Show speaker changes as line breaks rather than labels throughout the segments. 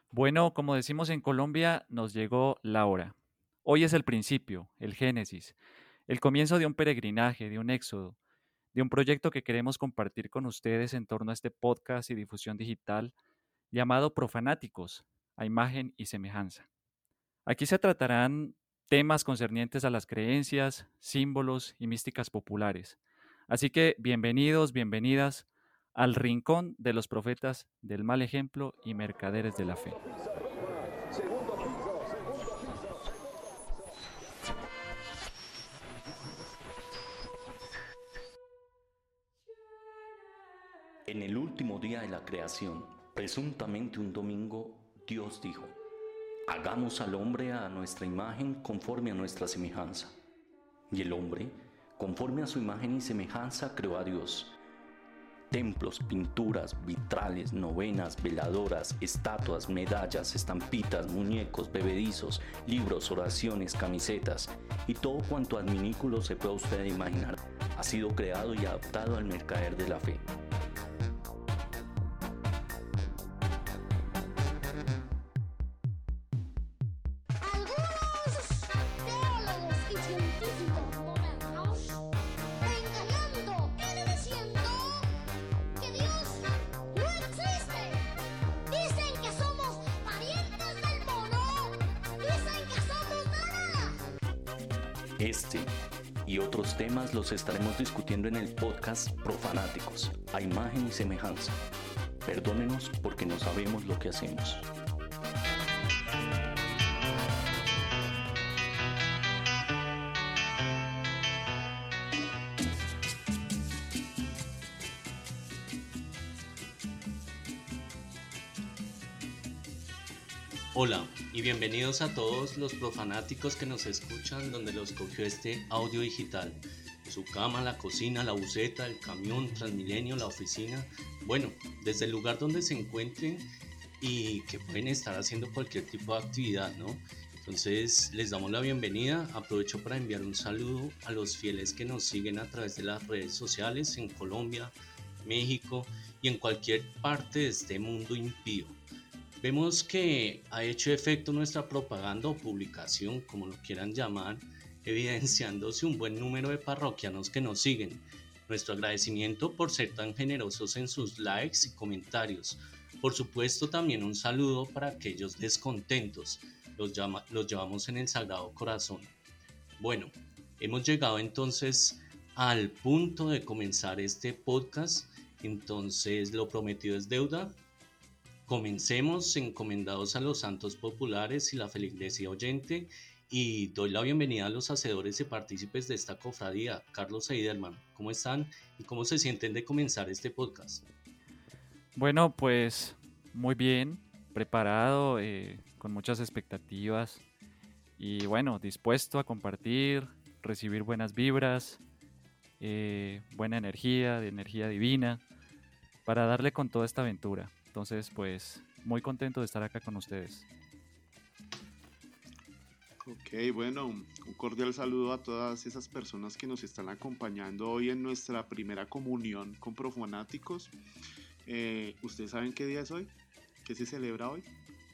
Bueno, como decimos en Colombia, nos llegó la hora. Hoy es el principio, el génesis, el comienzo de un peregrinaje, de un éxodo, de un proyecto que queremos compartir con ustedes en torno a este podcast y difusión digital llamado Profanáticos, a imagen y semejanza. Aquí se tratarán temas concernientes a las creencias, símbolos y místicas populares. Así que bienvenidos, bienvenidas al rincón de los profetas del mal ejemplo y mercaderes de la fe.
En el último día de la creación, presuntamente un domingo, Dios dijo: hagamos al hombre a nuestra imagen conforme a nuestra semejanza. Y el hombre, conforme a su imagen y semejanza, creó a Dios. Templos, pinturas, vitrales, novenas, veladoras, estatuas, medallas, estampitas, muñecos, bebedizos, libros, oraciones, camisetas y todo cuanto adminículo se pueda usted imaginar ha sido creado y adaptado al mercader de la fe.
Algunos teólogos y científicos modernos, engañando y diciendo que Dios no existe. Dicen que somos parientes del mono. Dicen que somos nada.
Este y otros temas los estaremos discutiendo en el podcast Profanáticos, a imagen y semejanza. Perdónenos porque no sabemos lo que hacemos.
Hola y bienvenidos a todos los profanáticos que nos escuchan donde los cogió este audio digital. Su cama, la cocina, la buseta, el camión, Transmilenio, la oficina. Bueno, desde el lugar donde se encuentren y que pueden estar haciendo cualquier tipo de actividad, ¿no? Entonces les damos la bienvenida. Aprovecho para enviar un saludo a los fieles que nos siguen a través de las redes sociales en Colombia, México y en cualquier parte de este mundo impío. Vemos que ha hecho efecto nuestra propaganda o publicación, como lo quieran llamar, evidenciándose un buen número de parroquianos que nos siguen. Nuestro agradecimiento por ser tan generosos en sus likes y comentarios. Por supuesto, también un saludo para aquellos descontentos. Los llevamos en el Sagrado Corazón. Bueno, hemos llegado entonces al punto de comenzar este podcast. Entonces, lo prometido es deuda. Comencemos encomendados a los santos populares y la feligresía oyente, y doy la bienvenida a los hacedores y partícipes de esta cofradía. Carlos Eiderman, ¿cómo están y cómo se sienten de comenzar este podcast?
Bueno, pues muy bien, preparado, con muchas expectativas y bueno, dispuesto a compartir, recibir buenas vibras, buena energía, de energía divina, para darle con toda esta aventura. Entonces, pues muy contento de estar acá con ustedes.
Ok, bueno, un cordial saludo a todas esas personas que nos están acompañando hoy en nuestra primera comunión con Profanáticos. ¿Ustedes saben qué día es hoy? ¿Qué se celebra hoy?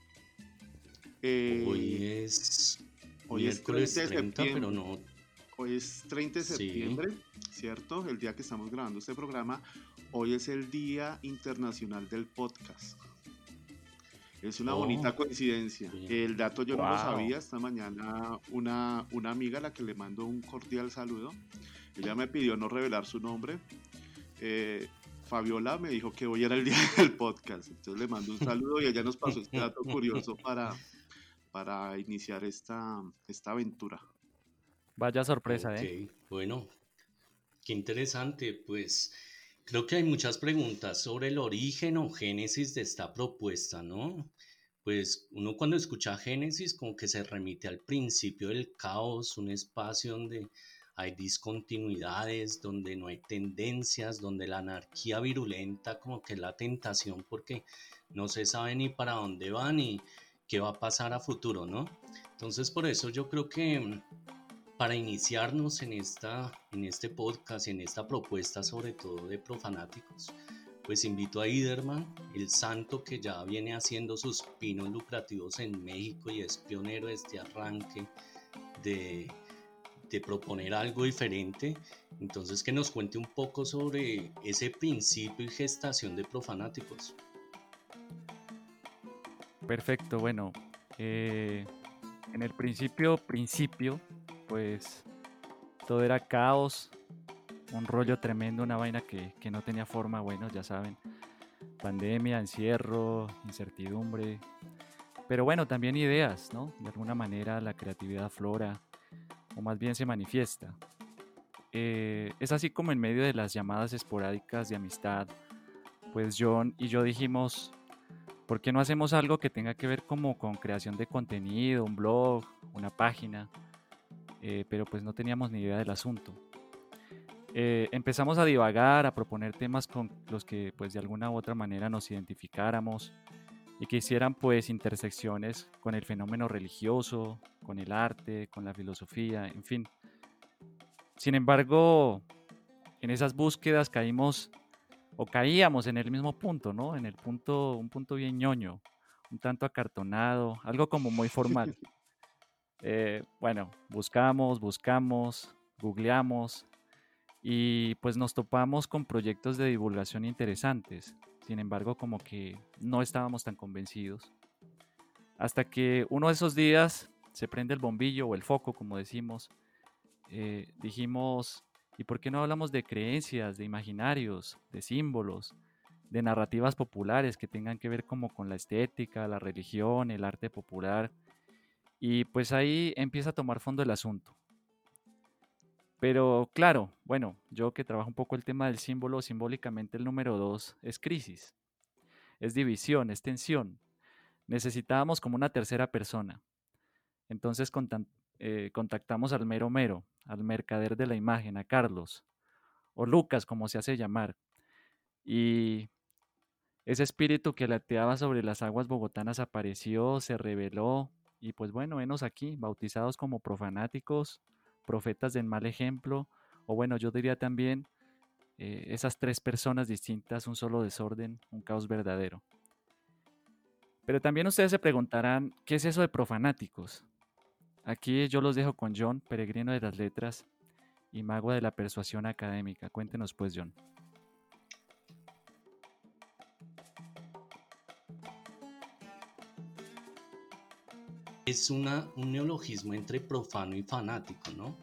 Hoy es
Hoy es
miércoles
30 de
30, pero
septiembre.
no.
Hoy es 30 de
Sí.
septiembre, ¿cierto? El día que estamos grabando este programa. Hoy es el Día Internacional del Podcast. Es una
Oh,
bonita coincidencia.
bien.
El dato yo no lo
Wow.
sabía. Esta mañana una amiga a la que le mando un cordial saludo, ella me pidió no revelar su nombre. Eh, Fabiola me dijo que hoy era el día del podcast. Entonces le mando un saludo y ella nos pasó este dato curioso para iniciar esta aventura.
Vaya sorpresa,
Ok,
¿eh?
bueno, qué interesante. Pues creo que hay muchas preguntas sobre el origen o génesis de esta propuesta, ¿no? Pues uno cuando escucha Génesis como que se remite al principio del caos, un espacio donde hay discontinuidades, donde no hay tendencias, donde la anarquía virulenta como que es la tentación porque no se sabe ni para dónde va ni qué va a pasar a futuro, ¿no? Entonces por eso yo creo que para iniciarnos en este podcast, en esta propuesta sobre todo de profanáticos, pues invito a Iderman, el santo que ya viene haciendo sus pinos lucrativos en México y es pionero de este arranque de proponer algo diferente. Entonces, que nos cuente un poco sobre ese principio y gestación de Profanáticos.
Perfecto, bueno, en el principio, pues todo era caos, un rollo tremendo, una vaina que no tenía forma, bueno, ya saben, pandemia, encierro, incertidumbre, pero bueno, también ideas, ¿no? De alguna manera la creatividad aflora, o más bien se manifiesta. Es así como en medio de las llamadas esporádicas de amistad, pues John y yo dijimos, ¿por qué no hacemos algo que tenga que ver como con creación de contenido, un blog, una página? Pero pues no teníamos ni idea del asunto. Empezamos a divagar, a proponer temas con los que pues de alguna u otra manera nos identificáramos y que hicieran pues intersecciones con el fenómeno religioso, con el arte, con la filosofía, en fin. Sin embargo, en esas búsquedas caíamos en el mismo punto, ¿no? En el punto, un punto bien ñoño, un tanto acartonado, algo como muy formal. Bueno, buscamos, googleamos y pues nos topamos con proyectos de divulgación interesantes. Sin embargo, como que no estábamos tan convencidos. Hasta que uno de esos días se prende el bombillo o el foco, como decimos, dijimos, ¿y por qué no hablamos de creencias, de imaginarios, de símbolos, de narrativas populares que tengan que ver como con la estética, la religión, el arte popular? Y pues ahí empieza a tomar fondo el asunto. Pero claro, bueno, yo que trabajo un poco el tema del símbolo, simbólicamente el número 2 es crisis, es división, es tensión. Necesitábamos como una tercera persona. Entonces contactamos al mero mero, al mercader de la imagen, a Carlos, o Lucas, como se hace llamar. Y ese espíritu que lateaba sobre las aguas bogotanas apareció, se reveló, y pues bueno, venos aquí, bautizados como profanáticos, profetas del mal ejemplo, o bueno, yo diría también esas tres personas distintas, un solo desorden, un caos verdadero. Pero también ustedes se preguntarán, ¿qué es eso de profanáticos? Aquí yo los dejo con John, peregrino de las letras y mago de la persuasión académica. Cuéntenos pues, John.
Es un neologismo entre profano y fanático, ¿no?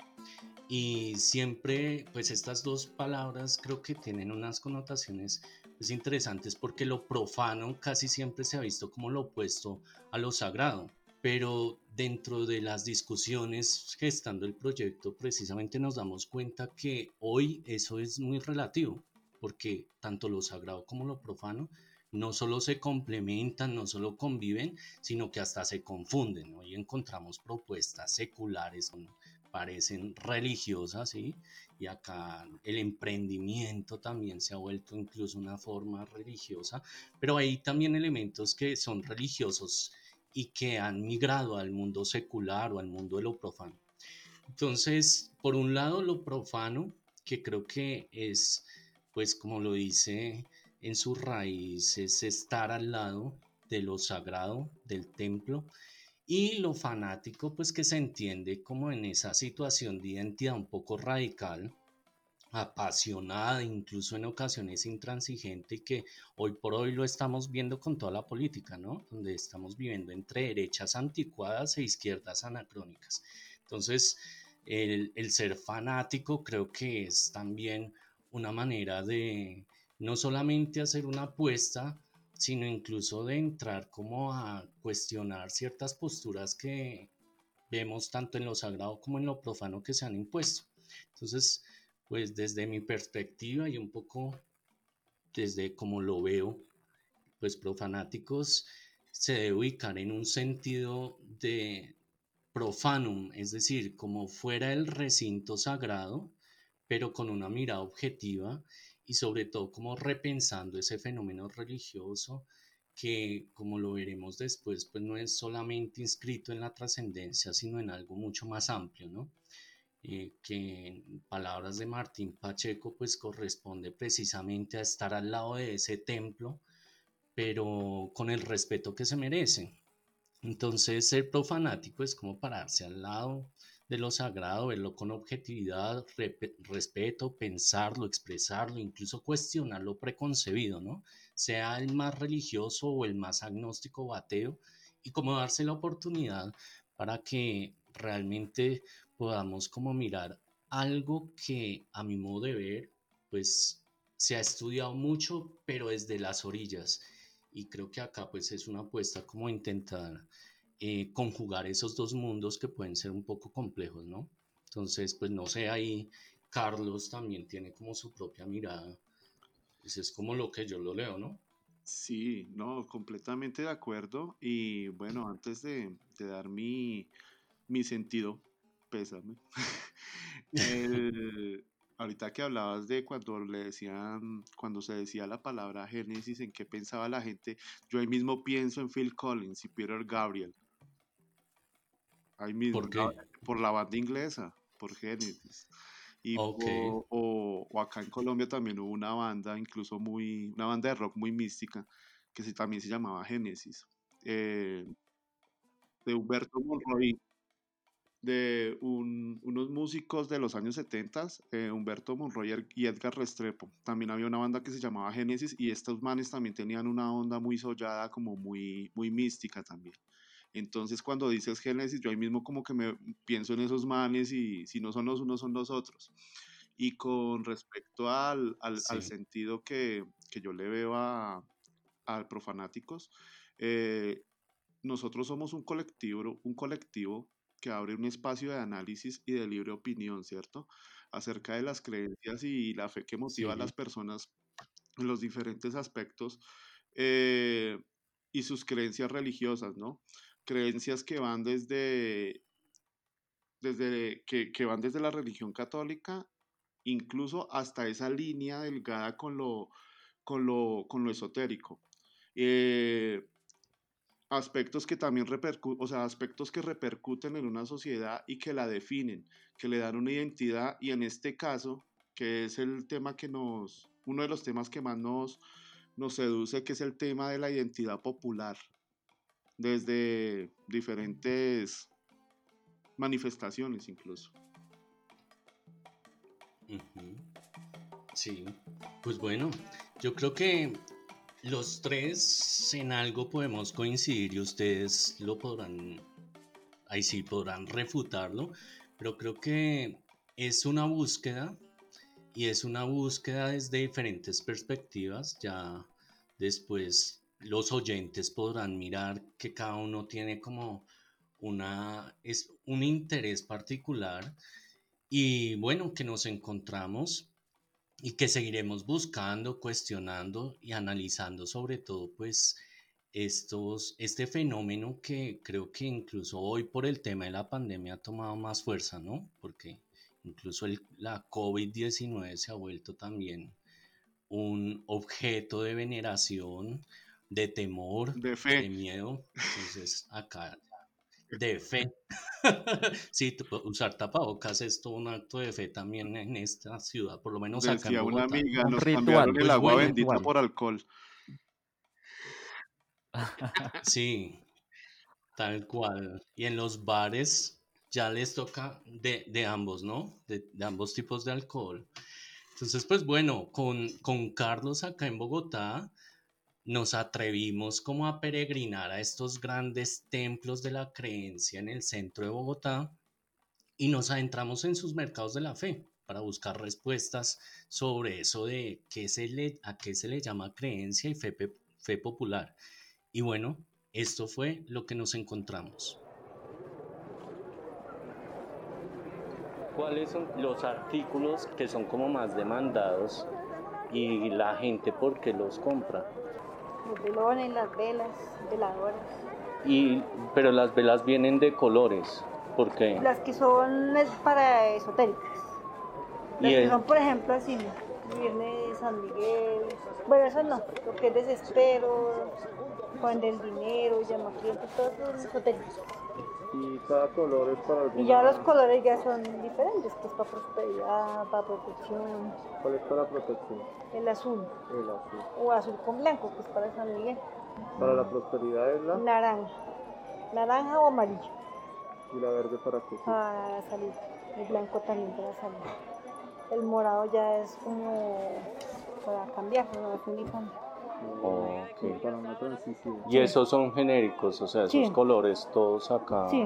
Y siempre, pues estas dos palabras creo que tienen unas connotaciones pues, interesantes porque lo profano casi siempre se ha visto como lo opuesto a lo sagrado. Pero dentro de las discusiones gestando el proyecto, precisamente nos damos cuenta que hoy eso es muy relativo, porque tanto lo sagrado como lo profano no solo se complementan, no solo conviven, sino que hasta se confunden. Hoy encontramos propuestas seculares que parecen religiosas, ¿sí? Y acá el emprendimiento también se ha vuelto incluso una forma religiosa, pero hay también elementos que son religiosos y que han migrado al mundo secular o al mundo de lo profano. Entonces, por un lado, lo profano, que creo que es, pues como lo dice en su raíz, es estar al lado de lo sagrado, del templo, y lo fanático, pues que se entiende como en esa situación de identidad un poco radical, apasionada, incluso en ocasiones intransigente, y que hoy por hoy lo estamos viendo con toda la política, ¿no? Donde estamos viviendo entre derechas anticuadas e izquierdas anacrónicas. Entonces, el ser fanático creo que es también una manera de no solamente hacer una apuesta, sino incluso de entrar como a cuestionar ciertas posturas que vemos tanto en lo sagrado como en lo profano que se han impuesto. Entonces, pues desde mi perspectiva y un poco desde como lo veo, pues Profanáticos se debe ubicar en un sentido de profanum, es decir, como fuera del recinto sagrado, pero con una mirada objetiva y sobre todo como repensando ese fenómeno religioso que, como lo veremos después, pues no es solamente inscrito en la trascendencia, sino en algo mucho más amplio, ¿no? que en palabras de Martín Pacheco, pues corresponde precisamente a estar al lado de ese templo, pero con el respeto que se merece. Entonces, ser profanático es como pararse al lado de lo sagrado, verlo con objetividad, respeto, pensarlo, expresarlo, incluso cuestionar lo preconcebido, ¿no? Sea el más religioso o el más agnóstico o ateo, y como darse la oportunidad para que realmente podamos como mirar algo que a mi modo de ver, pues se ha estudiado mucho, pero desde las orillas. Y creo que acá pues es una apuesta como intentar conjugar esos dos mundos que pueden ser un poco complejos, ¿no? Entonces, pues no sé, ahí Carlos también tiene como su propia mirada. Eso es como lo que yo lo leo, ¿no?
Sí, no, completamente de acuerdo. Y bueno, antes de dar mi sentido, pésame. Ahorita que hablabas de cuando le decían, cuando se decía la palabra Génesis, en qué pensaba la gente, yo ahí mismo pienso en Phil Collins y Peter Gabriel, ahí mismo,
¿Por qué?
por la banda inglesa, por Génesis. Y
Ok,
o acá en Colombia también hubo una banda, incluso una banda de rock muy mística, que también se llamaba Génesis, eh, de Humberto Monroy, de unos músicos de los años 70, Humberto Monroy y Edgar Restrepo. También había una banda que se llamaba Génesis y estos manes también tenían una onda muy sollada, como muy mística también. Entonces cuando dices Génesis, yo ahí mismo como que me pienso en esos manes y si no son los unos, son los otros. Y con respecto al
sí.
sentido que yo le veo a Profanáticos, eh, nosotros somos un colectivo que abre un espacio de análisis y de libre opinión, ¿cierto? Acerca de las creencias y la fe que motiva a
Sí,
las personas en los diferentes aspectos eh, y sus creencias religiosas, ¿no? Creencias que van que van desde la religión católica, incluso hasta esa línea delgada con lo esotérico. Eh, Aspectos que también o sea, aspectos que repercuten en una sociedad y que la definen, que le dan una identidad y en este caso, que es el tema uno de los temas que más nos seduce, que es el tema de la identidad popular, desde diferentes manifestaciones incluso.
ujú, sí. Pues bueno, yo creo que los tres en algo podemos coincidir y ustedes lo podrán, ahí sí podrán refutarlo, pero creo que es una búsqueda y es una búsqueda desde diferentes perspectivas. Ya después los oyentes podrán mirar que cada uno tiene como es un interés particular y bueno, que nos encontramos y que seguiremos buscando, cuestionando y analizando sobre todo pues este fenómeno que creo que incluso hoy por el tema de la pandemia ha tomado más fuerza, ¿no? Porque incluso la COVID-19 se ha vuelto también un objeto de veneración, de temor,
De fe.
de miedo. Entonces acá de fe. Sí, usar tapabocas es todo un acto de fe también en esta ciudad, por lo menos acá en
Decía una
Bogotá.
amiga,
Un
nos cambiaron
ritual,
el
Pues
agua
un
bueno,
bendita
ritual.
por alcohol.
sí, tal cual. Y en los bares ya les toca de ambos, ¿no? De ambos tipos de alcohol. Entonces, pues bueno, con Carlos acá en Bogotá nos atrevimos como a peregrinar a estos grandes templos de la creencia en el centro de Bogotá y nos adentramos en sus mercados de la fe para buscar respuestas sobre eso de a qué se le llama creencia y fe popular. Y bueno, esto fue lo que nos encontramos. ¿Cuáles son los artículos que son como más demandados y la gente por qué los compra?
Los velones, las velas, veladoras.
Pero las velas vienen de colores, porque
Las que son para esotéricas. Las que son, por ejemplo, así, viene San Miguel. Bueno, eso no, lo que es desespero, pueden del dinero, llama clientes, todos son esotéricos.
Y cada color es para alguna...
Y ya los colores ya son diferentes, pues para prosperidad, para protección.
¿Cuál es para protección?
El azul,
El azul.
o azul con blanco, que es para San Miguel.
Para la prosperidad es la...
Naranja o amarillo,
¿Y la verde para qué?
para la salud. El blanco también para la salud. El morado ya es como para cambiar, no es uniforme.
Sí, para una transición.
Y esos son genéricos, o sea, esos
Sí.
colores todos acá.
Sí.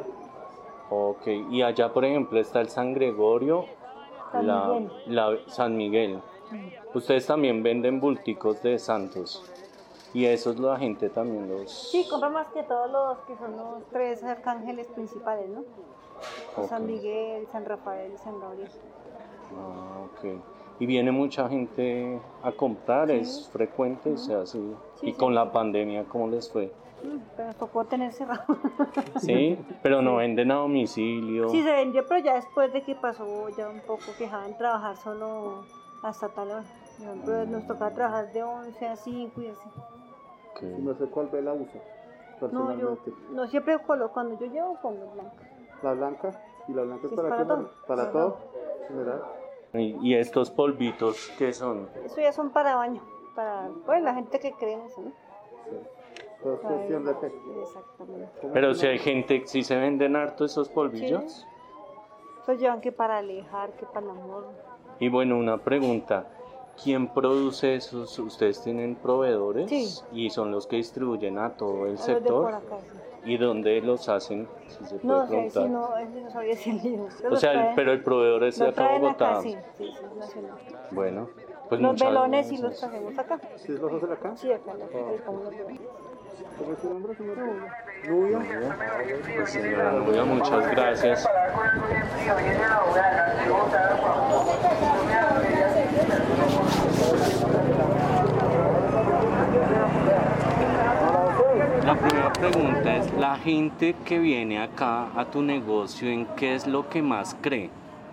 Ok, y allá por ejemplo está el San Gregorio,
San Miguel.
San Miguel. Ustedes también venden bulticos de santos. Y esos la gente también los...
Sí, compra más que todos los que son los 3 arcángeles principales, ¿no?
Ok.
San Miguel, San Rafael y San Gabriel.
Ah, ok. Y viene mucha gente a comprar,
Sí.
es frecuente, o sea, sí.
Sí,
Y
sí.
con la pandemia, ¿cómo les fue?
Pero nos tocó tener cerrado.
Sí, pero no venden a domicilio.
Sí, se vendió, pero ya después de que pasó ya un poco que dejaban trabajar solo hasta tal hora. Por ejemplo, nos tocaba trabajar de 11 a 5 y así.
Ok.
No sé cuál vela usa,
No, yo
personalmente.
no siempre cuando yo llevo pongo blanca.
¿La blanca? ¿Y la blanca es
Sí,
para
para
qué?
todo.
¿Para todo? ¿Verdad?
Y estos polvitos, ¿qué son?
Eso ya son para baño, para pues, la gente que cree en eso, ¿no?
Todo es cuestión de fe.
Exactamente.
Pero si hay gente, si se venden harto esos polvillos.
Eso llevan que para alejar, que para el amor.
Y bueno, una pregunta. ¿Quién produce esos? ¿Ustedes tienen proveedores?
Sí.
Y son los que distribuyen a todo el
A los de por
sector.
acá, sí.
¿Y dónde los hacen? Si se puede
No sé,
preguntar.
si no, ese no sabía decirle yo.
O sea, pero el proveedor es de
lo
acá de
traen
Bogotá.
acá, sí, es nacional.
Bueno, pues
Los
muchas
velones sí
gracias.
los trajimos acá.
¿Sí los hacen acá?
Sí, acá los dedicamos los velones.
¿Cómo es su nombre, señor? Rubio.
Pues señora Nubia, muchas gracias. La primera pregunta es, la gente que viene acá a tu negocio, ¿en qué es lo que más cree?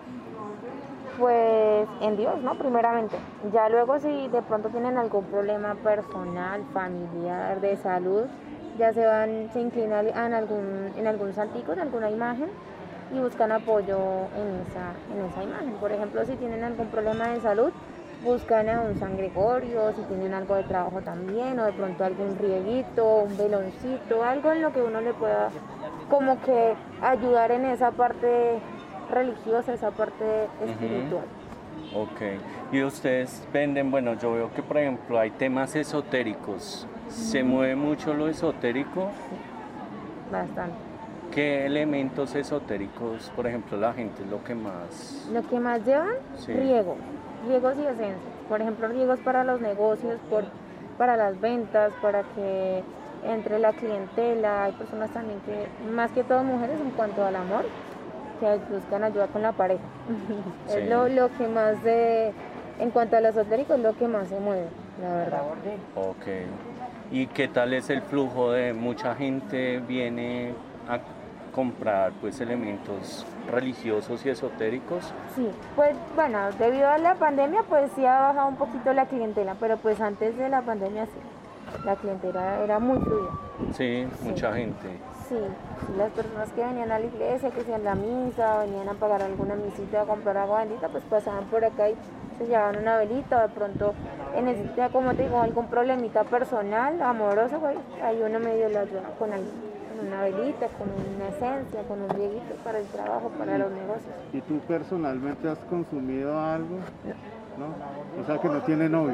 Pues en Dios, ¿no? Primeramente. Ya luego si de pronto tienen algún problema personal, familiar, de salud, ya se inclinan en algún santico, en alguna imagen y buscan apoyo en esa imagen. Por ejemplo, si tienen algún problema de salud, buscan a un San Gregorio, si tienen algo de trabajo también, o de pronto algún rieguito, un veloncito, algo en lo que uno le pueda como que ayudar en esa parte religiosa, esa parte espiritual.
Ok. Y ustedes venden, bueno, yo veo que por ejemplo hay temas esotéricos. ¿Se mueve mucho lo esotérico?
Bastante.
¿Qué elementos esotéricos, por ejemplo, la gente es lo que más...
Lo que más llevan,
Sí.
riegos y esencias. Por ejemplo, riegos para los negocios, para las ventas, para que entre la clientela. Hay personas también que, más que todo mujeres en cuanto al amor, que buscan ayuda con la pareja.
Sí.
Es lo que más en cuanto a lo esotérico, es lo que más se mueve, la verdad.
Ok. ¿Y qué tal es el flujo de mucha gente viene a comprar pues elementos religiosos y esotéricos?
Sí, pues bueno, debido a la pandemia pues sí ha bajado un poquito la clientela, pero pues antes de la pandemia sí, la clientela era muy fluida.
Sí, mucha gente.
Sí, sí, las personas que venían a la iglesia, que hacían la misa, venían a pagar alguna misita, a comprar agua bendita, pues pasaban por acá y se llevaban una velita, o de pronto necesita, como te digo, algún problemita personal, amoroso, pues ahí uno medio lo ayuda con algo. Con una velita, con una esencia, con un rieguito para el trabajo, para los negocios.
¿Y tú personalmente has consumido algo? ¿No? O sea que no tiene novio.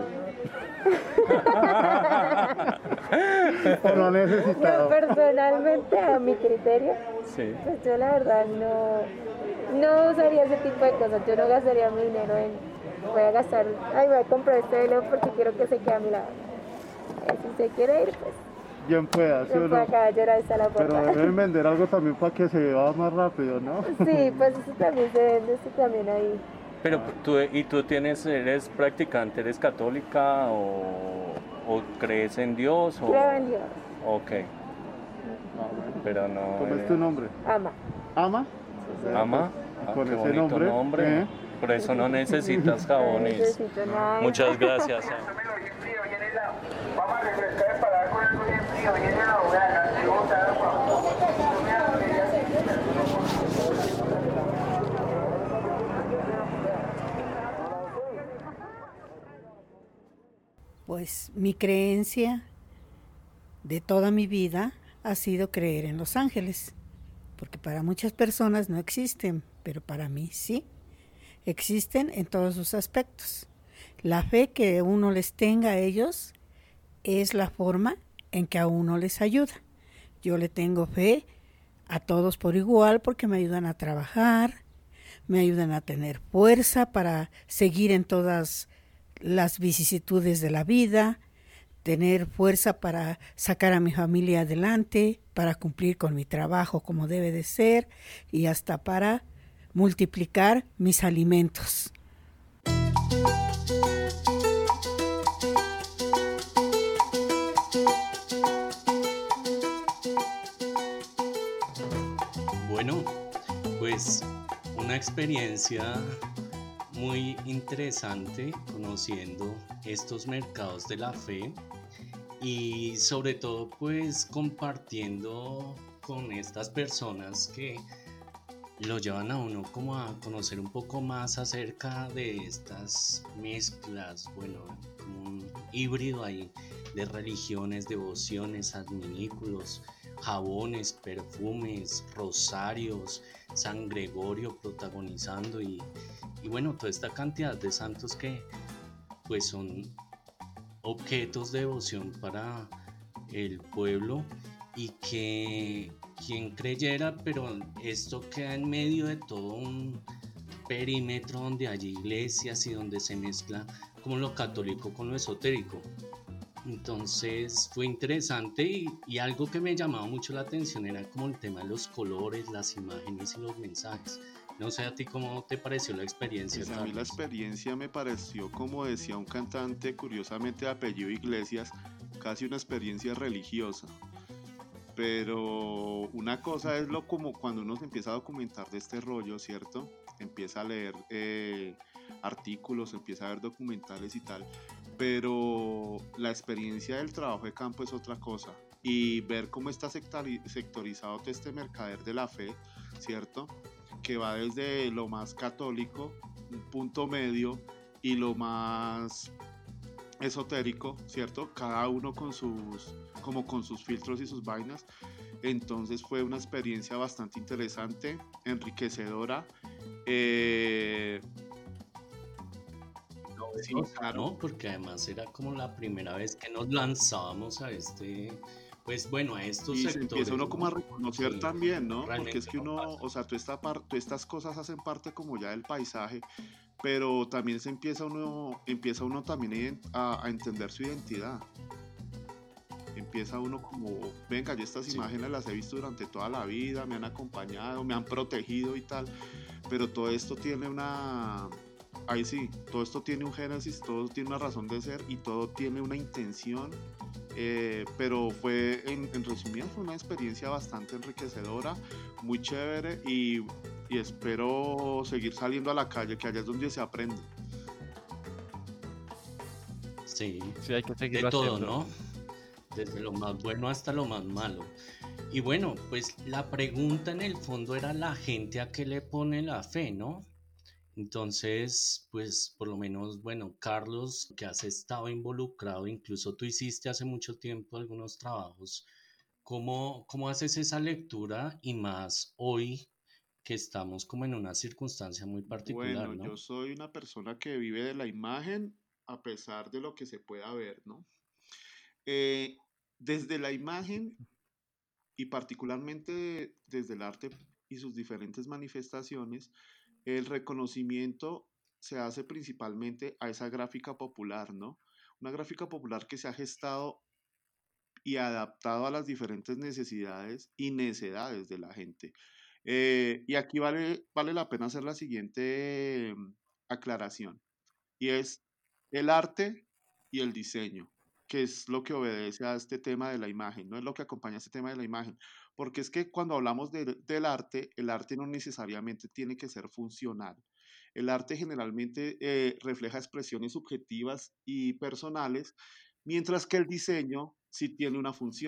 ¿O no ha
Yo
necesitado?
personalmente, a mi criterio,
Sí.
pues yo la verdad no usaría ese tipo de cosas. Yo no gastaría mi dinero voy a gastar, voy a comprar este velo porque quiero que se quede a mi lado. Si se quiere ir, pues
Bien pueda, ¿sí o
yo
no?
acá llorar está la
Pero
puerta.
deben vender algo también para que se vea más rápido, ¿no?
Sí, pues eso también se vende, eso también ahí.
Pero tú eres practicante, eres católica o crees en Dios? O...
Creo en Dios.
Ok. Pero no...
¿Cómo es tu nombre?
Ama.
¿Ama?
¿Ama?
Y con
qué
ese
bonito
nombre, ¿eh?
Por eso no necesitas
No
jabones.
necesito nada.
Muchas gracias.
Vamos a refrescar para dar con algo bien frío. Pues mi creencia de toda mi vida ha sido creer en los ángeles, porque para muchas personas no existen, pero para mí sí, existen en todos sus aspectos. La fe que uno les tenga a ellos es la forma en que a uno les ayuda. Yo le tengo fe a todos por igual porque me ayudan a trabajar, me ayudan a tener fuerza para seguir en todas las vicisitudes de la vida, tener fuerza para sacar a mi familia adelante, para cumplir con mi trabajo como debe de ser y hasta para multiplicar mis alimentos.
Bueno, pues una experiencia muy interesante conociendo estos mercados de la fe y sobre todo pues compartiendo con estas personas que lo llevan a uno como a conocer un poco más acerca de estas mezclas, bueno, como un híbrido ahí de religiones, devociones, adminículos, jabones, perfumes, rosarios, San Gregorio protagonizando y bueno, toda esta cantidad de santos que pues son objetos de devoción para el pueblo y que quien creyera, pero esto queda en medio de todo un perímetro donde hay iglesias y donde se mezcla como lo católico con lo esotérico. Entonces fue interesante y algo que me llamaba mucho la atención era como el tema de los colores, las imágenes y los mensajes. No sé a ti cómo te pareció la experiencia,
Pues a mí la
Carlos.
experiencia me pareció, como decía un cantante, curiosamente de apellido Iglesias, casi una experiencia religiosa. Pero una cosa es lo como cuando uno se empieza a documentar de este rollo, ¿cierto? Empieza a leer artículos, empieza a ver documentales y tal. Pero la experiencia del trabajo de campo es otra cosa. Y ver cómo está sectorizado todo este mercader de la fe, ¿cierto? Que va desde lo más católico, un punto medio, y lo más esotérico, ¿cierto? Cada uno con como con sus filtros y sus vainas. Entonces fue una experiencia bastante interesante, enriquecedora. Sí, claro.
¿No? Porque además era como la primera vez que nos lanzábamos a pues bueno, a estos
Y se empieza
sectores,
uno como a
¿no?
reconocer
Sí,
también, ¿no? Porque es
realmente
que
no
uno,
pasa.
o sea, todas estas cosas hacen parte como ya del paisaje, pero también empieza uno también a entender su identidad. Empieza uno como, venga, yo estas
Sí.
imágenes las he visto durante toda la vida, me han acompañado, me han protegido y tal, pero todo esto tiene ahí sí, todo esto tiene un génesis, todo tiene una razón de ser y todo tiene una intención, pero fue, en resumidas, fue una experiencia bastante enriquecedora, muy chévere y espero seguir saliendo a la calle, que allá es donde se aprende.
Sí,
Sí, hay que
de
seguirlo
todo,
haciendo.
¿no? Desde lo más bueno hasta lo más malo. Y bueno, pues la pregunta en el fondo era la gente a qué le pone la fe, ¿no? Entonces, pues por lo menos, bueno, Carlos, que has estado involucrado, incluso tú hiciste hace mucho tiempo algunos trabajos, ¿cómo haces esa lectura y más hoy que estamos como en una circunstancia muy particular,
Bueno, yo
¿no?
soy una persona que vive de la imagen a pesar de lo que se pueda ver, ¿no? Eh, Desde la imagen y particularmente desde el arte y sus diferentes manifestaciones, el reconocimiento se hace principalmente a esa gráfica popular, ¿no? Una gráfica popular que se ha gestado y adaptado a las diferentes necesidades y necedades de la gente. Y aquí vale la pena hacer la siguiente aclaración, y es el arte y el diseño, que es lo que obedece a este tema de la imagen, no es lo que acompaña a este tema de la imagen, porque es que cuando hablamos del arte, el arte no necesariamente tiene que ser funcional. El arte generalmente refleja expresiones subjetivas y personales, mientras que el diseño sí tiene una función.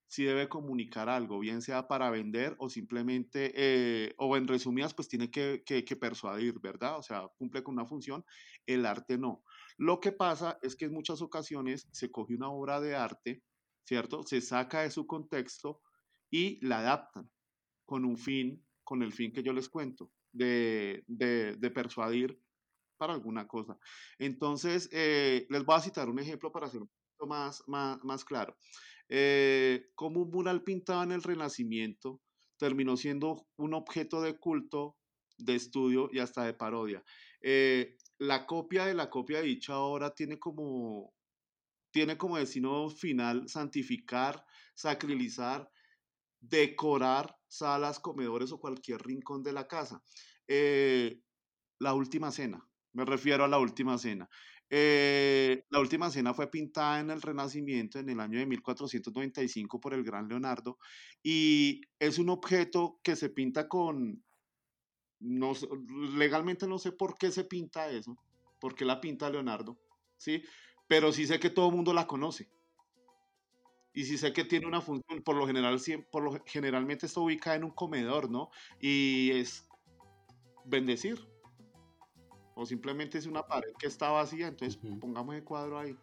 sí debe comunicar algo, bien sea para vender o simplemente, o en resumidas, pues tiene que persuadir, ¿verdad? O sea, cumple con una función, el arte no. Lo que pasa es que en muchas ocasiones se coge una obra de arte, ¿cierto? Se saca de su contexto y la adaptan con un fin, con el fin que yo les cuento, de persuadir para alguna cosa. Entonces, les voy a citar un ejemplo para hacer un poquito más claro. Como un mural pintado en el Renacimiento terminó siendo un objeto de culto, de estudio y hasta de parodia. La copia de la copia de dicha obra tiene como destino final santificar, sacralizar, decorar salas, comedores o cualquier rincón de la casa. Eh, la última cena, me refiero a la última cena. La última cena fue pintada en el Renacimiento en el año de 1495 por el gran Leonardo y es un objeto que se pinta con, no, legalmente no sé por qué se pinta eso, por qué la pinta Leonardo, ¿sí? Pero sí sé que todo el mundo la conoce. Y sí sé que tiene una función, por lo general, generalmente está ubicada en un comedor, ¿no? Y es bendecir. O simplemente es una pared que está vacía, entonces pongamos el cuadro ahí.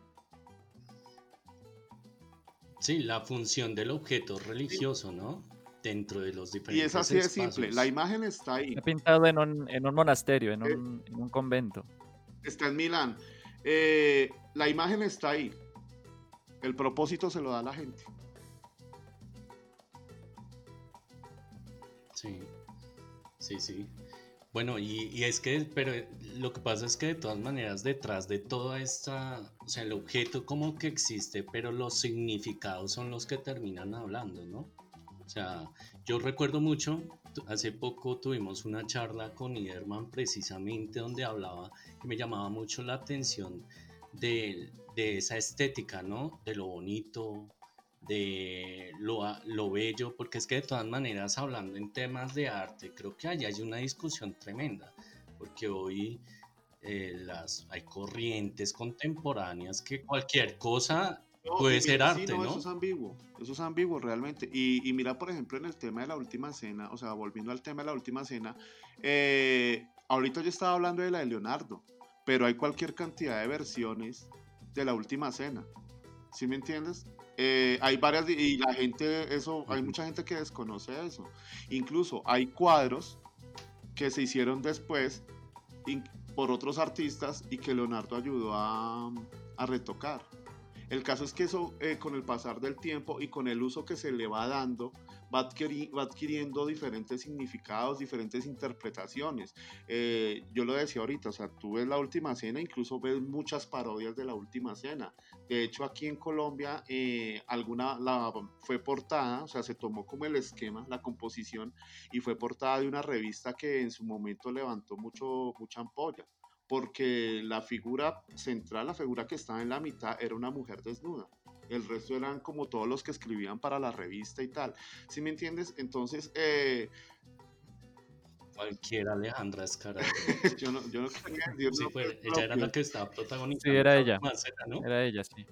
Sí, la función del objeto religioso, ¿no? Dentro de los
Y es
diferentes
así de
espacios.
simple, la imagen está ahí.
Está pintado en un monasterio, en un convento.
Está en Milán. La imagen está ahí. El propósito se lo da a la gente.
Sí, sí, sí. Bueno, y es que, pero lo que pasa es que de todas maneras detrás de toda esta, o sea, el objeto como que existe, pero los significados son los que terminan hablando, ¿no? O sea, yo recuerdo mucho, hace poco tuvimos una charla con Iderman precisamente donde hablaba y me llamaba mucho la atención de esa estética, ¿no? De lo bonito, de lo bello, porque es que de todas maneras hablando en temas de arte, creo que allá hay una discusión tremenda, porque hoy hay corrientes contemporáneas que cualquier cosa
No,
puede
mira,
ser
sí,
arte,
no,
¿no?
eso es ambiguo realmente. Y mira, por ejemplo, en el tema de la última cena, o sea, volviendo al tema de la última cena, ahorita yo estaba hablando de la de Leonardo, pero hay cualquier cantidad de versiones de la última cena, ¿sí me entiendes? Hay varias, y la gente, eso, hay mucha gente que desconoce eso. Incluso hay cuadros que se hicieron después por otros artistas y que Leonardo ayudó a retocar. El caso es que eso, con el pasar del tiempo y con el uso que se le va dando, va adquiriendo diferentes significados, diferentes interpretaciones. Yo lo decía ahorita, o sea, tú ves la última cena, incluso ves muchas parodias de la última cena. De hecho, aquí en Colombia, fue portada, o sea, se tomó como el esquema, la composición, y fue portada de una revista que en su momento levantó mucha ampolla porque la figura central, la figura que estaba en la mitad, era una mujer desnuda. El resto eran como todos los que escribían para la revista y tal. ¿Sí me entiendes? Entonces,
Cualquier Alejandra Escarabia.
yo no quería decir
Sí,
nombres
ella era la
propios.
que estaba
Sí,
protagonizando
era
esa
ella.
última cena, ¿no?
Era ella, sí.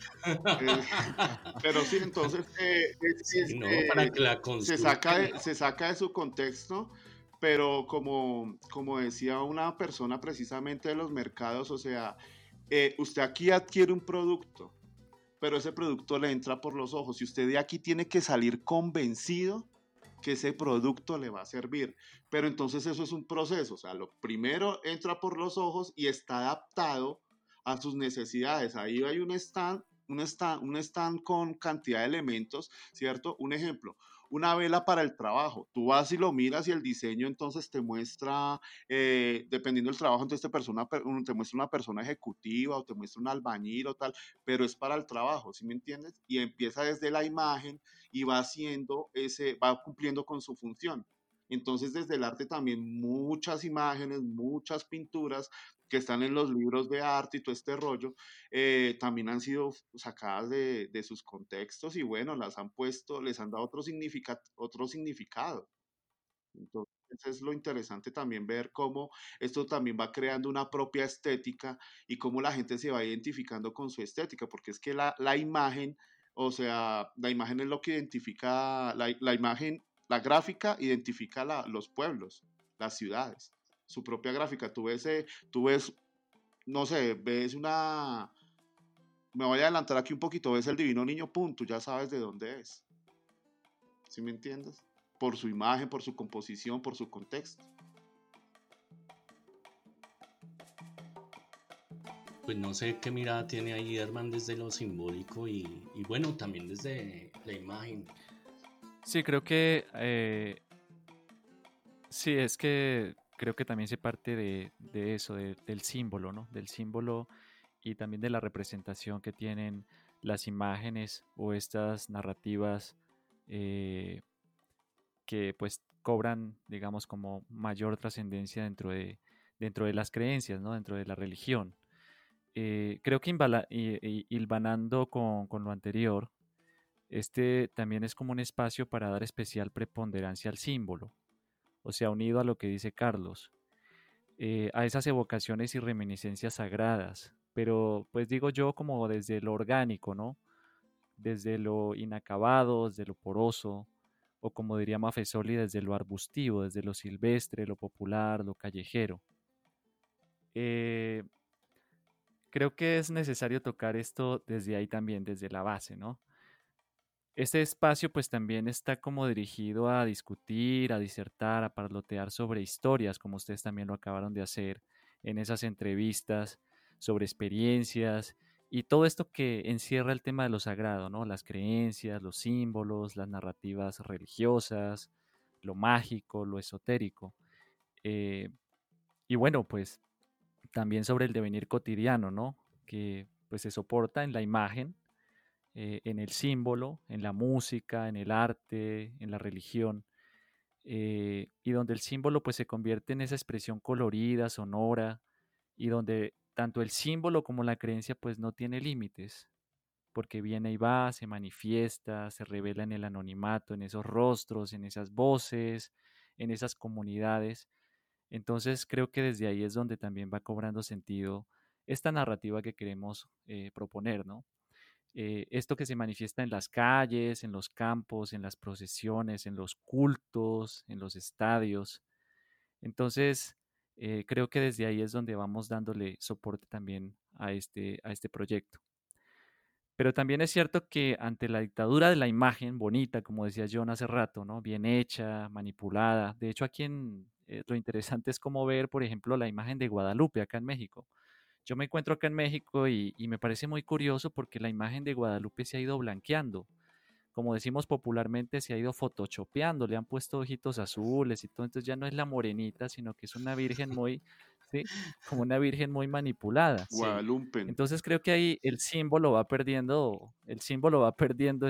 Pero sí, entonces
Sí, no, para que la consulten, ¿no?
se saca de su contexto, pero como decía una persona precisamente de los mercados, o sea, usted aquí adquiere un producto, pero ese producto le entra por los ojos y usted de aquí tiene que salir convencido que ese producto le va a servir. Pero entonces eso es un proceso, o sea, lo primero entra por los ojos y está adaptado a sus necesidades. Ahí hay un stand con cantidad de elementos, ¿cierto? Un ejemplo, una vela para el trabajo. Tú vas y lo miras y el diseño entonces te muestra, dependiendo del trabajo, entonces te muestra una persona ejecutiva o te muestra un albañil o tal, pero es para el trabajo, ¿sí me entiendes? Y empieza desde la imagen y va cumpliendo con su función. Entonces, desde el arte también muchas imágenes, muchas pinturas que están en los libros de arte y todo este rollo, también han sido sacadas de sus contextos y bueno, les han dado otro significado. Entonces, es lo interesante también ver cómo esto también va creando una propia estética y cómo la gente se va identificando con su estética, porque es que la imagen O sea, la imagen es lo que identifica, la imagen, la gráfica identifica los pueblos, las ciudades, su propia gráfica. Tú ves, no sé, ves una, me voy a adelantar aquí un poquito, ves el Divino Niño, punto, ya sabes de dónde es. ¿Sí me entiendes? Por su imagen, por su composición, por su contexto.
Pues no sé qué mirada tiene ahí Herman desde lo simbólico y bueno, también desde la imagen.
Sí, creo que sí, es que creo que también se parte de eso, del símbolo, ¿no? Del símbolo y también de la representación que tienen las imágenes o estas narrativas eh, que pues cobran, digamos, como mayor trascendencia dentro de las creencias, ¿no? Dentro de la religión. Creo que hilvanando con lo anterior, este también es como un espacio para dar especial preponderancia al símbolo, o sea, unido a lo que dice Carlos, a esas evocaciones y reminiscencias sagradas, pero pues digo yo como desde lo orgánico, ¿no? Desde lo inacabado, desde lo poroso, o como diría Mafesoli, desde lo arbustivo, desde lo silvestre, lo popular, lo callejero. Eh, Creo que es necesario tocar esto desde ahí también, desde la base, ¿no? Este espacio pues también está como dirigido a discutir, a disertar, a parlotear sobre historias, como ustedes también lo acabaron de hacer en esas entrevistas, sobre experiencias y todo esto que encierra el tema de lo sagrado, ¿no? Las creencias, los símbolos, las narrativas religiosas, lo mágico, lo esotérico. Eh, y bueno, pues también sobre el devenir cotidiano, ¿no? Que pues se soporta en la imagen, en el símbolo, en la música, en el arte, en la religión, y donde el símbolo pues se convierte en esa expresión colorida, sonora, y donde tanto el símbolo como la creencia pues no tiene límites, porque viene y va, se manifiesta, se revela en el anonimato, en esos rostros, en esas voces, en esas comunidades. Entonces creo que desde ahí es donde también va cobrando sentido esta narrativa que queremos proponer, ¿no? Esto que se manifiesta en las calles, en los campos, en las procesiones, en los cultos, en los estadios. Entonces, creo que desde ahí es donde vamos dándole soporte también a este proyecto. Pero también es cierto que ante la dictadura de la imagen bonita, como decía John hace rato, ¿no? Bien hecha, manipulada. De hecho, lo interesante es como ver, por ejemplo, la imagen de Guadalupe acá en México. Yo me encuentro acá en México y me parece muy curioso porque la imagen de Guadalupe se ha ido blanqueando. Como decimos popularmente, se ha ido photoshopeando, le han puesto ojitos azules y todo, entonces ya no es la morenita, sino que es una virgen muy, ¿sí? Como una virgen muy manipulada.
Sí,
Guadalupe.
Entonces creo que ahí el símbolo va perdiendo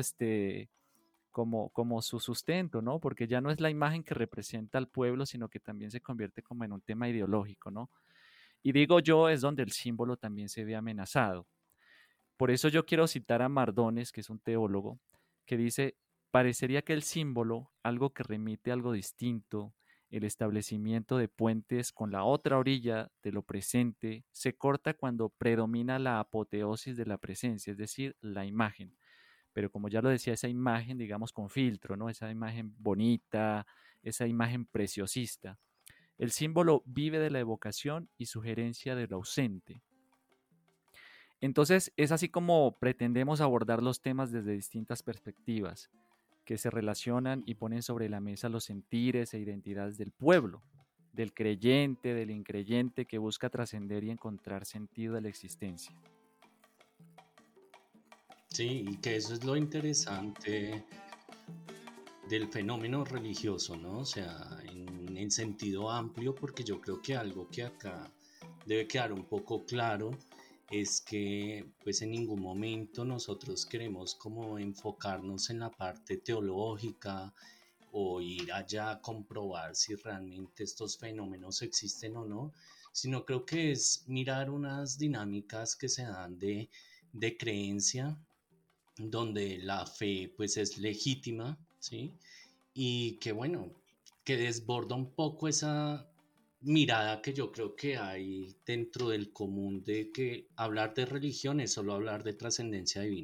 como su sustento, ¿no? Porque ya no es la imagen que representa al pueblo, sino que también se convierte como en un tema ideológico, ¿no? Y digo yo, es donde el símbolo también se ve amenazado. Por eso yo quiero citar a Mardones, que es un teólogo, que dice, parecería que el símbolo, algo que remite a algo distinto, el establecimiento de puentes con la otra orilla de lo presente, se corta cuando predomina la apoteosis de la presencia, es decir, la imagen. Pero como ya lo decía, esa imagen, digamos, con filtro, ¿no? Esa imagen bonita, esa imagen preciosista. El símbolo vive de la evocación y sugerencia de lo ausente. Entonces, es así como pretendemos abordar los temas desde distintas perspectivas, que se relacionan y ponen sobre la mesa los sentires e identidades del pueblo, del creyente, del increyente que busca trascender y encontrar sentido de la existencia.
sí, y que eso es lo interesante del fenómeno religioso, ¿no? O sea, en sentido amplio, porque yo creo que algo que acá debe quedar un poco claro es que pues en ningún momento nosotros queremos como enfocarnos en la parte teológica o ir allá a comprobar si realmente estos fenómenos existen o no, sino creo que es mirar unas dinámicas que se dan de creencia, donde la fe pues es legítima, ¿sí? Y que bueno, que desborda un poco esa mirada que yo creo que hay dentro del común de que hablar de religión es solo hablar de trascendencia divina.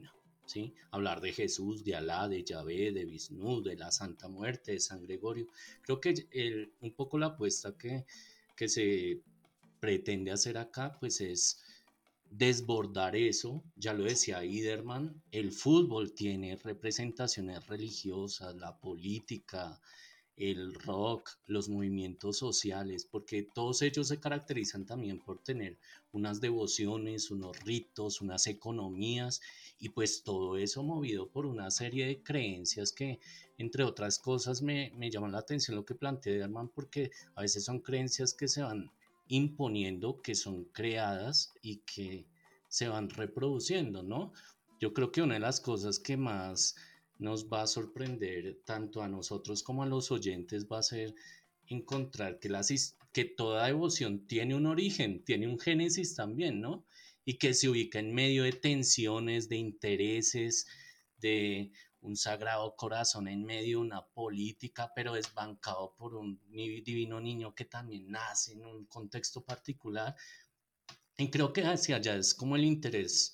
¿sí? Hablar de Jesús, de Alá, de Yahvé, de Vishnu, de la Santa Muerte, de San Gregorio. Creo que un poco la apuesta que se pretende hacer acá, pues es desbordar eso. Ya lo decía Iderman, el fútbol tiene representaciones religiosas, la política, el rock, los movimientos sociales, porque todos ellos se caracterizan también por tener unas devociones, unos ritos, unas economías, y pues todo eso movido por una serie de creencias que, entre otras cosas, me llama la atención lo que plantea Derman, porque a veces son creencias que se van imponiendo, que son creadas y que se van reproduciendo, ¿no? Yo creo que una de las cosas que más nos va a sorprender tanto a nosotros como a los oyentes va a ser encontrar que toda devoción tiene un origen, tiene un génesis también, ¿no? Y que se ubica en medio de tensiones, de intereses, de un sagrado corazón en medio de una política, pero desbancado por un divino niño que también nace en un contexto particular. Y creo que hacia allá es como el interés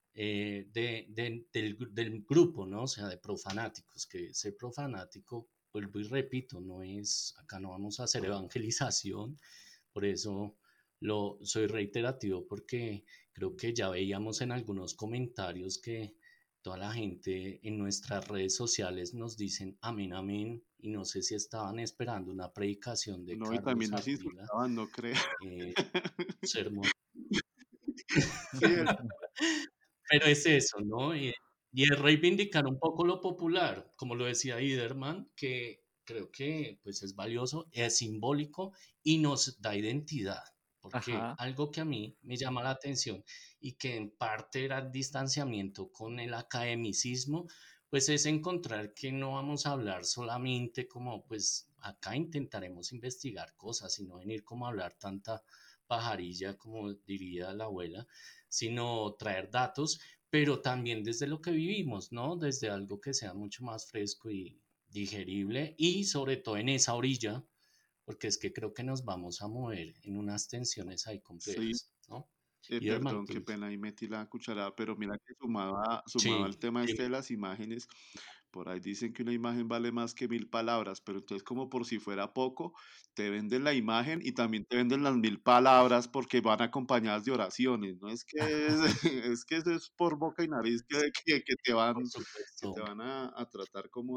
del grupo, ¿no? O sea, de profanáticos, que ser profanático, vuelvo y repito, acá no vamos a hacer evangelización, por eso soy reiterativo, porque creo que ya veíamos en algunos comentarios que toda la gente en nuestras redes sociales nos dicen amén, amén, y no sé si estaban esperando una predicación de
No, y
Carlos
también nos
Ardila,
insultaban, no creo.
sermón.
Sí,
Pero es eso, ¿no? Y es reivindicar un poco lo popular, como lo decía Iderman, que creo que pues es valioso, es simbólico y nos da identidad, porque
Ajá.
algo que a mí me llama la atención y que en parte era el distanciamiento con el academicismo, pues es encontrar que no vamos a hablar solamente como pues acá intentaremos investigar cosas, sino venir como a hablar tanta pajarilla, como diría la abuela, sino traer datos, pero también desde lo que vivimos, ¿no? Desde algo que sea mucho más fresco y digerible y sobre todo en esa orilla, porque es que creo que nos vamos a mover en unas tensiones ahí
sí,
complejas, ¿no? Y hermano,
perdón, qué pena, ahí metí la cucharada, pero mira que sumaba
sí,
al tema este
dime,
de las imágenes, por ahí dicen que una imagen vale más que 1000 palabras, pero entonces como por si fuera poco, te venden la imagen y también te venden las 1000 palabras porque van acompañadas de oraciones, ¿no? Es que es que eso es por boca y nariz que
por
que te
supuesto.
van a tratar como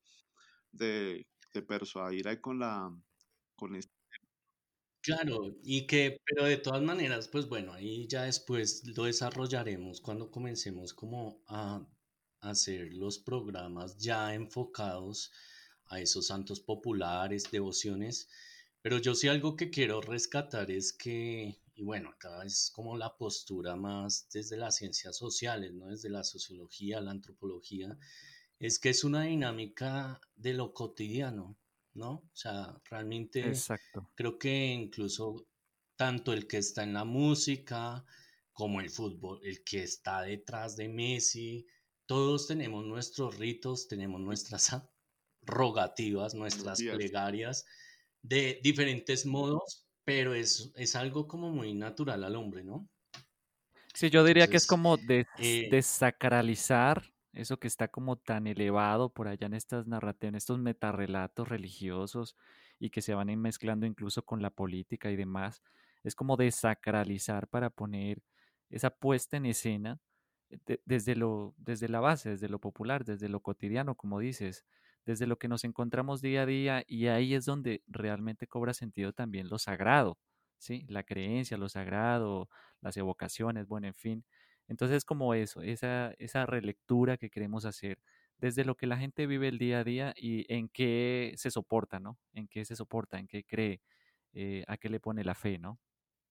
de persuadir ahí con este.
Claro, pero de todas maneras, pues bueno, ahí ya después lo desarrollaremos cuando comencemos como a hacer los programas ya enfocados a esos santos populares, devociones. Pero yo sí algo que quiero rescatar es que, y bueno, acá es como la postura más desde las ciencias sociales, ¿no? Desde la sociología, la antropología, es que es una dinámica de lo cotidiano, ¿no? O sea, realmente
Exacto.
creo que incluso tanto el que está en la música como el fútbol, el que está detrás de Messi, todos tenemos nuestros ritos, tenemos nuestras rogativas,
Buenos
nuestras
días.
plegarias de diferentes modos, pero es algo como muy natural al hombre, ¿no?
Sí, yo diría que es
Entonces,
como
eh,
desacralizar eso que está como tan elevado por allá en estas narrativas, en estos metarrelatos religiosos y que se van a ir mezclando incluso con la política y demás. Es como desacralizar para poner esa puesta en escena desde la base, desde lo popular, desde lo cotidiano, como dices, desde lo que nos encontramos día a día y ahí es donde realmente cobra sentido también lo sagrado, ¿sí? La creencia, lo sagrado, las evocaciones, bueno, en fin. Entonces, como eso, esa relectura que queremos hacer desde lo que la gente vive el día a día y en qué se soporta, ¿no? En qué se soporta, en qué cree, a qué le pone la fe, ¿no?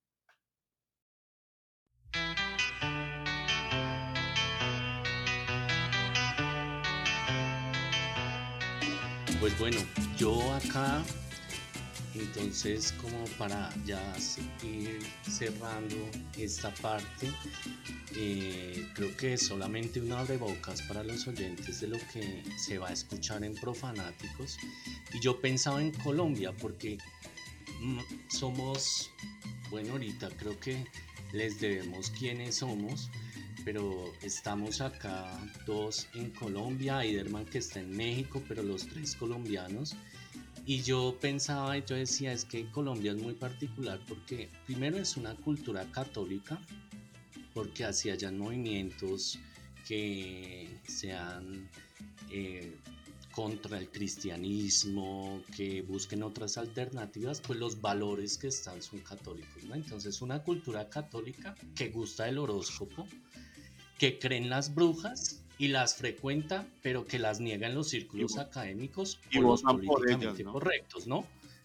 pues bueno, yo acá entonces, como para ya ir cerrando esta parte, creo que es solamente un abrebocas para los oyentes de lo que se va a escuchar en Profanáticos. Y yo pensaba en Colombia porque somos, bueno, ahorita creo que les debemos quiénes somos, pero estamos acá dos en Colombia, Iderman que está en México, pero los tres colombianos. Y yo pensaba y yo decía, es que Colombia es muy particular porque primero es una cultura católica, porque hacia allá movimientos que sean contra el cristianismo, que busquen otras alternativas, pues los valores que están son católicos, ¿no? Entonces una cultura católica que gusta del horóscopo, que cree en las brujas y las frecuenta, pero que las niega en los círculos académicos o los políticamente correctos, ¿no?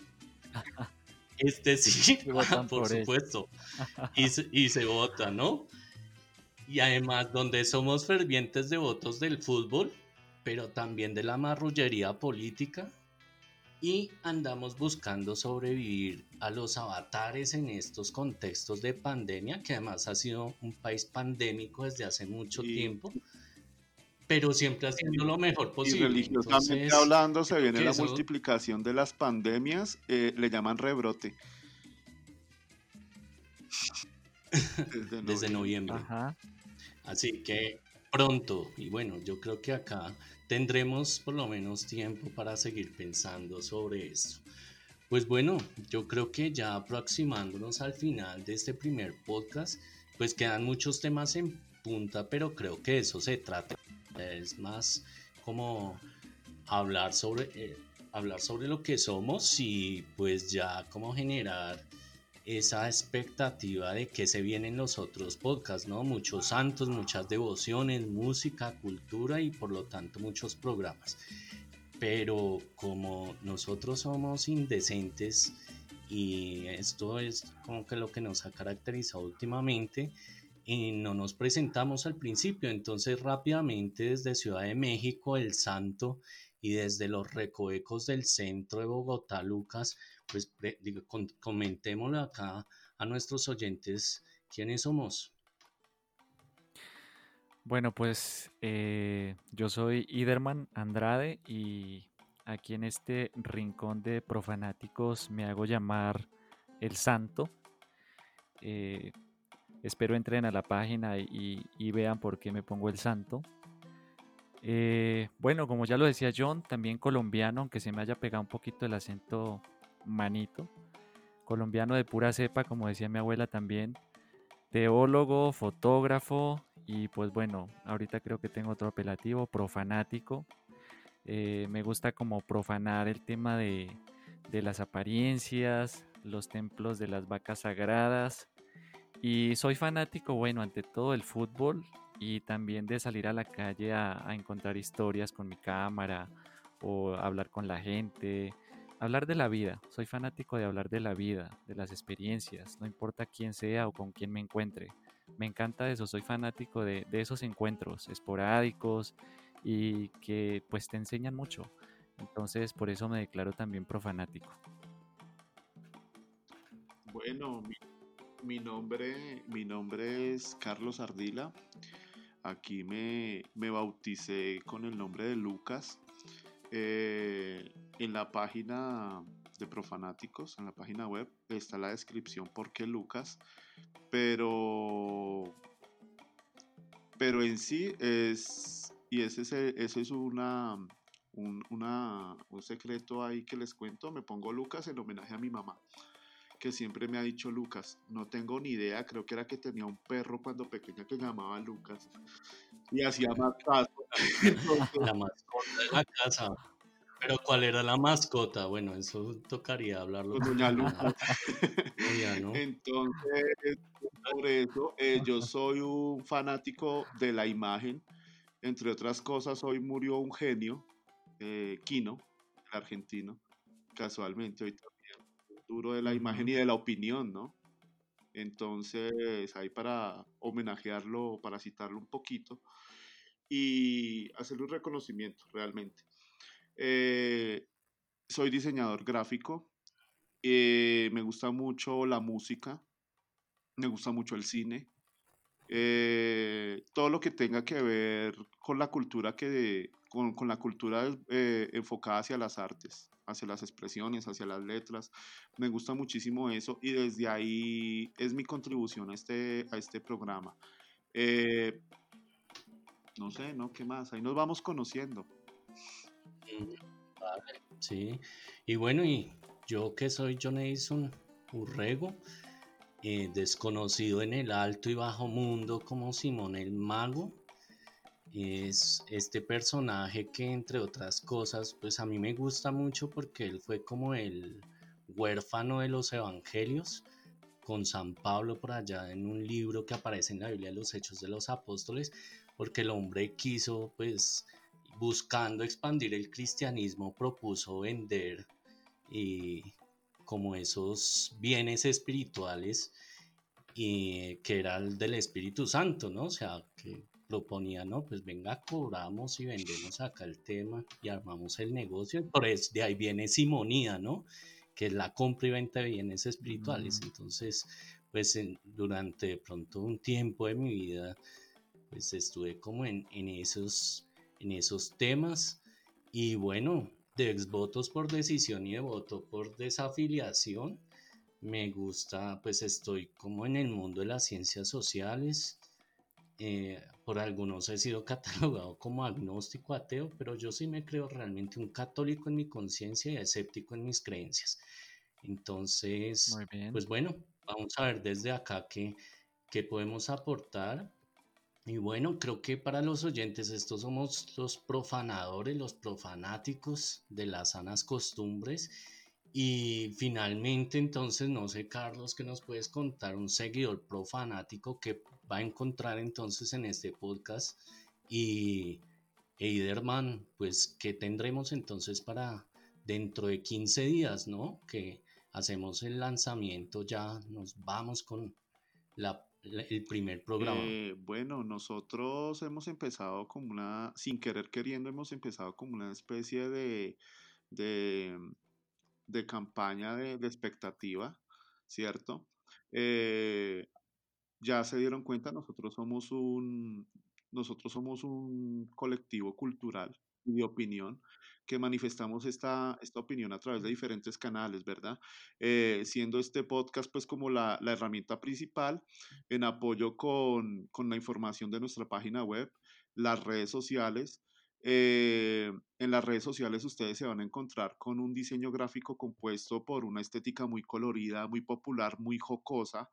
Sí, por supuesto. Y se vota, ¿no? Y además, donde somos fervientes devotos del fútbol, pero también de la marrullería política, y andamos buscando sobrevivir a los avatares en estos contextos de pandemia, que además ha sido un país pandémico desde hace mucho tiempo, pero siempre haciendo lo mejor posible.
Y religiosamente entonces, hablando, se viene la multiplicación de las pandemias, le llaman rebrote.
Desde noviembre.
Ajá.
Así que pronto, y bueno, yo creo que acá tendremos por lo menos tiempo para seguir pensando sobre esto. Pues bueno, yo creo que ya aproximándonos al final de este primer podcast, pues quedan muchos temas en punta, pero creo que eso se trata. Es más como hablar sobre lo que somos y pues ya como generar esa expectativa de que se vienen los otros podcasts, ¿no? Muchos santos, muchas devociones, música, cultura y por lo tanto muchos programas. Pero como nosotros somos indecentes y esto es como que lo que nos ha caracterizado últimamente, y no nos presentamos al principio, entonces rápidamente desde Ciudad de México, El Santo, y desde los recovecos del centro de Bogotá, Lucas, pues comentémosle acá a nuestros oyentes quiénes somos.
Bueno, pues yo soy Iderman Andrade y aquí en este rincón de profanáticos me hago llamar El Santo. Espero entren a la página y vean por qué me pongo El Santo. Bueno, como ya lo decía John, también colombiano, aunque se me haya pegado un poquito el acento manito. Colombiano de pura cepa, como decía mi abuela también. Teólogo, fotógrafo y pues bueno, ahorita creo que tengo otro apelativo, profanático. Me gusta como profanar el tema de las apariencias, los templos de las vacas sagradas. Y soy fanático, bueno, ante todo del fútbol y también de salir a la calle a encontrar historias con mi cámara o hablar con la gente, hablar de la vida. Soy fanático de hablar de la vida, de las experiencias, no importa quién sea o con quién me encuentre. Me encanta eso, soy fanático de esos encuentros esporádicos y que pues te enseñan mucho. Entonces por eso me declaro también profanático.
Bueno, mi nombre es Carlos Ardila. Aquí me bauticé con el nombre de Lucas. En la página de Profanáticos, en la página web, está la descripción por qué Lucas, pero en sí es, y ese es un secreto ahí que les cuento. Me pongo Lucas en homenaje a mi mamá, que siempre me ha dicho Lucas. No tengo ni idea, creo que era que tenía un perro cuando pequeña que llamaba Lucas y hacía más caso.
La mascota de la casa. Pero ¿cuál era la mascota? Bueno, eso tocaría hablarlo
con doña Lucas. ¿No? Entonces, por eso yo soy un fanático de la imagen. Entre otras cosas, hoy murió un genio, Quino, el argentino, casualmente hoy también, duro de la imagen y de la opinión, ¿no? Entonces, ahí para homenajearlo, para citarlo un poquito y hacerle un reconocimiento realmente. Soy diseñador gráfico, me gusta mucho la música, me gusta mucho el cine, todo lo que tenga que ver con la cultura con la cultura enfocada hacia las artes, hacia las expresiones, hacia las letras. Me gusta muchísimo eso y desde ahí es mi contribución a este programa. Eh, no sé, ¿no? ¿Qué más? Ahí nos vamos conociendo.
Vale, sí. Y bueno, y yo que soy John Edison Urrego, desconocido en el alto y bajo mundo como Simón el Mago, es este personaje que entre otras cosas, pues a mí me gusta mucho porque él fue como el huérfano de los evangelios con San Pablo por allá en un libro que aparece en la Biblia, Los Hechos de los Apóstoles, porque el hombre quiso, pues, buscando expandir el cristianismo, propuso vender y como esos bienes espirituales y que era el del Espíritu Santo, ¿no? O sea, que proponía, ¿no? Pues venga, cobramos y vendemos acá el tema y armamos el negocio. Por eso, de ahí viene simonía, ¿no? Que es la compra y venta de bienes espirituales. Entonces, pues durante de pronto un tiempo de mi vida, pues estuve como en esos temas y bueno, de exvotos por decisión y de voto por desafiliación, me gusta, pues estoy como en el mundo de las ciencias sociales. Por algunos he sido catalogado como agnóstico ateo, pero yo sí me creo realmente un católico en mi conciencia y escéptico en mis creencias. Entonces,
Muy bien.
pues bueno, vamos a ver desde acá qué podemos aportar. Y bueno, creo que para los oyentes estos somos los profanadores, los profanáticos de las sanas costumbres. Y finalmente, entonces, no sé, Carlos, ¿qué nos puedes contar? Un seguidor profanático que va a encontrar entonces en este podcast. Y Eiderman, pues, ¿qué tendremos entonces para dentro de 15 días, ¿no? Que hacemos el lanzamiento, ya nos vamos con el primer programa.
Bueno, nosotros hemos empezado como sin querer queriendo, hemos empezado como una especie de, de campaña de expectativa, ¿cierto? Eh, ya se dieron cuenta, nosotros somos un colectivo cultural y de opinión que manifestamos esta opinión a través de diferentes canales, ¿verdad? Siendo este podcast pues como la herramienta principal en apoyo con la información de nuestra página web, las redes sociales. En las redes sociales ustedes se van a encontrar con un diseño gráfico compuesto por una estética muy colorida, muy popular, muy jocosa,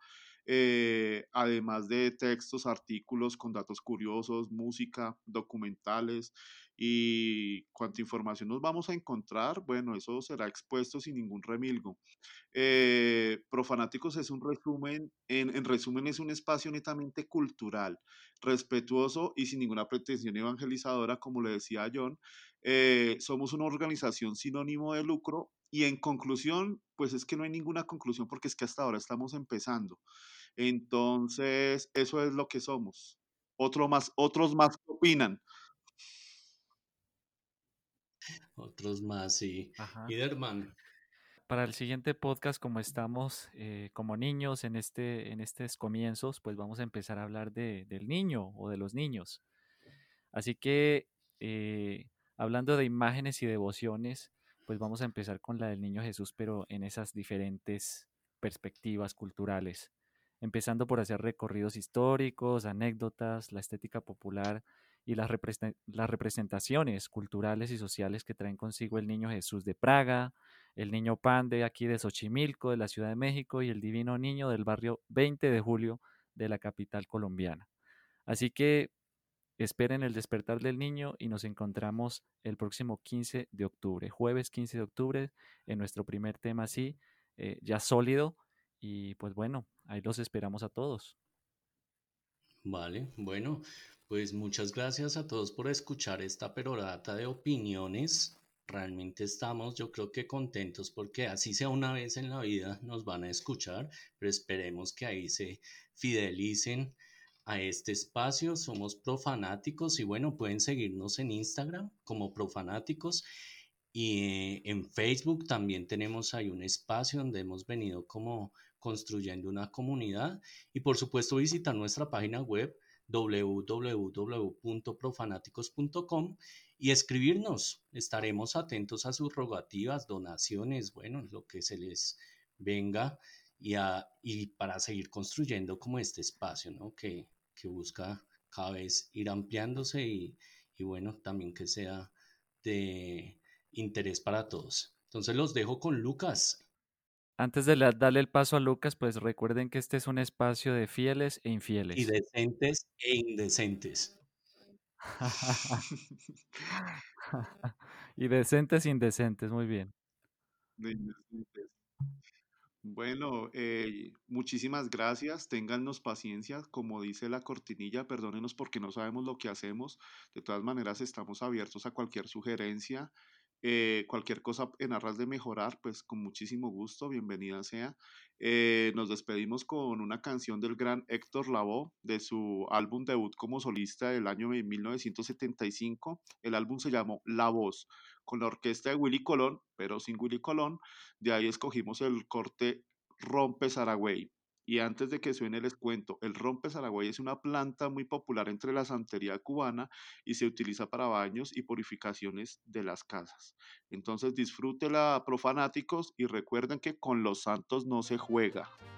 además de textos, artículos con datos curiosos, música, documentales y cuánta información nos vamos a encontrar, bueno, eso será expuesto sin ningún remilgo. Profanáticos es un resumen, en resumen es un espacio netamente cultural, respetuoso y sin ninguna pretensión evangelizadora, como le decía John. Somos una organización sin ánimo de lucro y en conclusión, pues es que no hay ninguna conclusión porque es que hasta ahora estamos empezando. Entonces, eso es lo que somos. Otros más opinan.
Otros más, sí.
Ajá.
Iderman,
Para el siguiente podcast, como estamos como niños en estos comienzos, pues vamos a empezar a hablar del niño o de los niños. Así que, hablando de imágenes y devociones, pues vamos a empezar con la del niño Jesús, pero en esas diferentes perspectivas culturales, empezando por hacer recorridos históricos, anécdotas, la estética popular y las representaciones culturales y sociales que traen consigo el niño Jesús de Praga, el niño Pan de aquí de Xochimilco, de la Ciudad de México, y el divino niño del barrio 20 de Julio de la capital colombiana. Así que esperen el despertar del niño y nos encontramos el próximo 15 de octubre, jueves 15 de octubre, en nuestro primer tema así, ya sólido. Y pues bueno, ahí los esperamos a todos.
vale, bueno, pues muchas gracias a todos por escuchar esta perorata de opiniones. Realmente estamos, yo creo que contentos porque así sea una vez en la vida nos van a escuchar, pero esperemos que ahí se fidelicen a este espacio. Somos Profanáticos y bueno, pueden seguirnos en Instagram como Profanáticos y en Facebook también tenemos ahí un espacio donde hemos venido como construyendo una comunidad y por supuesto visitar nuestra página web www.profanáticos.com y escribirnos. Estaremos atentos a sus rogativas, donaciones, bueno, lo que se les venga y para seguir construyendo como este espacio, ¿no? Que que busca cada vez ir ampliándose y bueno, también que sea de interés para todos. Entonces los dejo con Lucas.
Antes de darle el paso a Lucas, pues recuerden que este es un espacio de fieles e
Y
infieles.
decentes e indecentes.
Y decentes, indecentes, muy bien.
De- Bueno, muchísimas gracias. Téngannos paciencia. Como dice la cortinilla, perdónenos porque no sabemos lo que hacemos. De todas maneras, estamos abiertos a cualquier sugerencia, cualquier cosa en aras de mejorar, pues con muchísimo gusto, bienvenida sea. Nos despedimos con una canción del gran Héctor Lavoe de su álbum debut como solista del año de 1975. El álbum se llamó La Voz, con la orquesta de Willy Colón, pero sin Willy Colón. De ahí escogimos el corte Rompe Saragüey. Y antes de que suene les cuento, el rompe Saragüey es una planta muy popular entre la santería cubana y se utiliza para baños y purificaciones de las casas. Entonces disfrútela, profanáticos, y recuerden que con los santos no se juega.